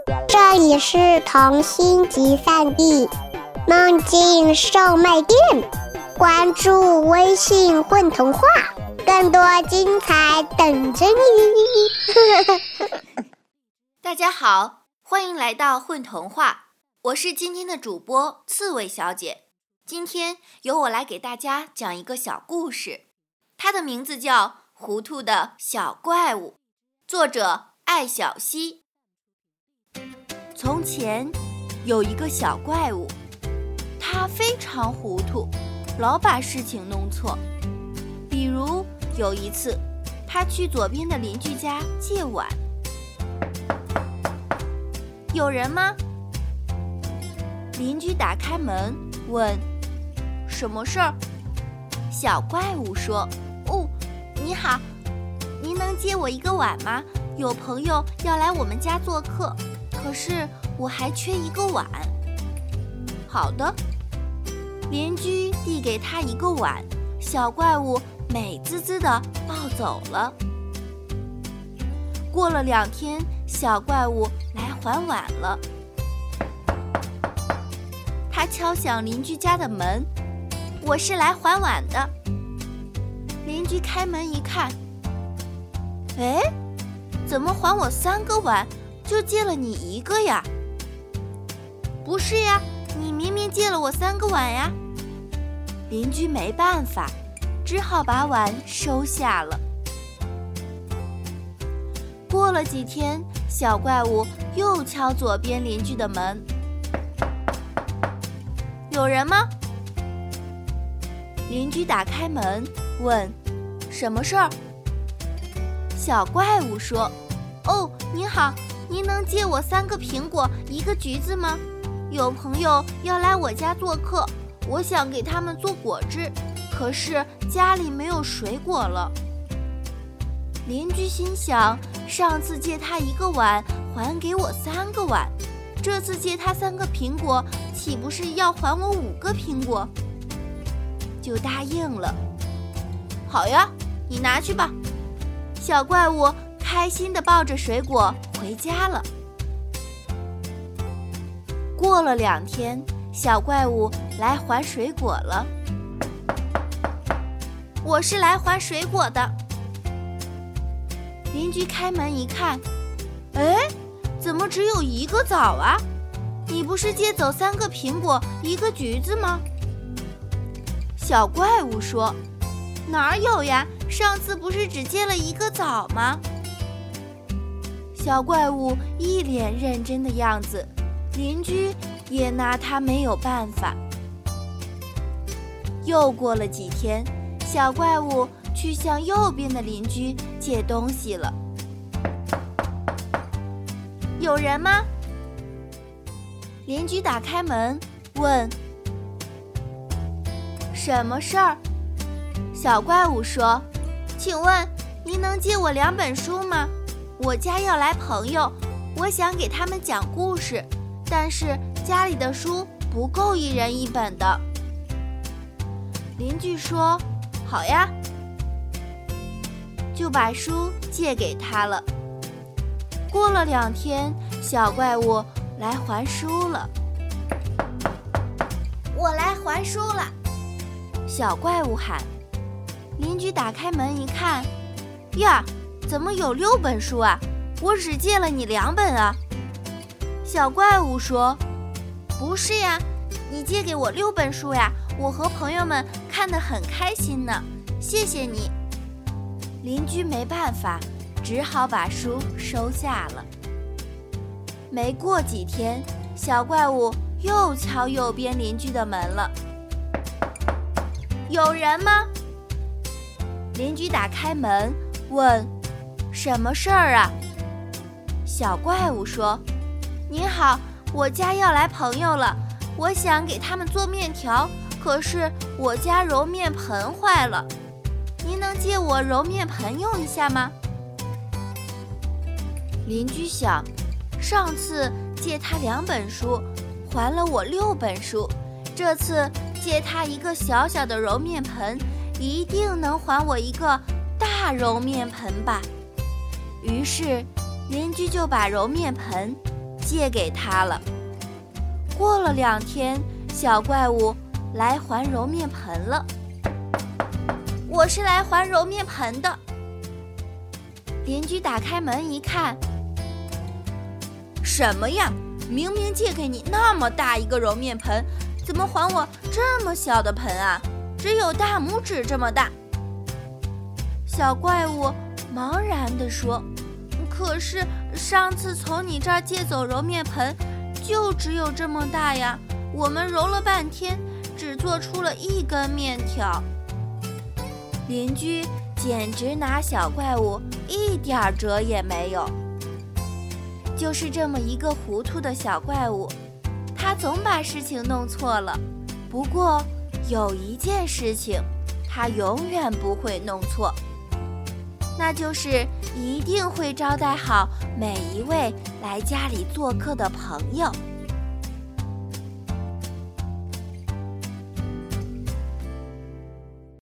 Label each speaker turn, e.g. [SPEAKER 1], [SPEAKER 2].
[SPEAKER 1] 这里是童心集散地梦境售卖店，关注微信混童话，更多精彩等着你。
[SPEAKER 2] 大家好，欢迎来到混童话，我是今天的主播刺猬小姐。今天由我来给大家讲一个小故事，它的名字叫《糊涂的小怪物》，作者艾小溪。从前有一个小怪物，他非常糊涂，老把事情弄错。比如有一次，他去左边的邻居家借碗。有人吗？邻居打开门问：什么事儿？小怪物说：哦，你好，您能借我一个碗吗？有朋友要来我们家做客，可是我还缺一个碗。好的，邻居递给他一个碗，小怪物美滋滋地抱走了。过了2天，小怪物来还碗了。他敲响邻居家的门，我是来还碗的。邻居开门一看，哎，怎么还我3个碗，就借了你1个呀？不是呀，你明明借了我3个碗呀。邻居没办法，只好把碗收下了。过了几天，小怪物又敲左边邻居的门。有人吗？邻居打开门问：什么事儿？小怪物说：哦，您好，您能借我3个苹果1个橘子吗？有朋友要来我家做客，我想给他们做果汁，可是家里没有水果了。邻居心想，上次借他1个碗，还给我3个碗，这次借他3个苹果，岂不是要还我5个苹果？就答应了。好呀，你拿去吧。小怪物开心地抱着水果回家了。过了2天，小怪物来还水果了。我是来还水果的。邻居开门一看，哎，怎么只有1个枣啊？你不是借走3个苹果1个橘子吗？小怪物说：哪有呀？上次不是只借了1个枣吗？小怪物一脸认真的样子，邻居也拿他没有办法。又过了几天，小怪物去向右边的邻居借东西了。有人吗？邻居打开门问：什么事儿？小怪物说：请问您能借我2本书吗？我家要来朋友，我想给他们讲故事，但是家里的书不够1人1本的。邻居说：好呀，就把书借给他了。过了2天，小怪物来还书了。我来还书了，小怪物喊。邻居打开门一看，呀，怎么有6本书啊？我只借了你2本啊。小怪物说：不是呀，你借给我6本书呀，我和朋友们看得很开心呢，谢谢你。邻居没办法，只好把书收下了。没过几天，小怪物又敲右边邻居的门了。有人吗？邻居打开门问：什么事儿啊？小怪物说：您好，我家要来朋友了，我想给他们做面条，可是我家揉面盆坏了，您能借我揉面盆用一下吗？邻居想，上次借他2本书，还了我6本书，这次借他一个小小的揉面盆，一定能还我一个大揉面盆吧。于是邻居就把揉面盆借给他了。过了2天，小怪物来还揉面盆了。我是来还揉面盆的。邻居打开门一看，什么呀？明明借给你那么大一个揉面盆，怎么还我这么小的盆啊？只有大拇指这么大。小怪物茫然地说，可是上次从你这儿借走揉面盆就只有这么大呀，我们揉了半天只做出了1根面条。邻居简直拿小怪物一点辙也没有。就是这么一个糊涂的小怪物，他总把事情弄错了。不过有一件事情他永远不会弄错，那就是一定会招待好每一位来家里做客的朋友。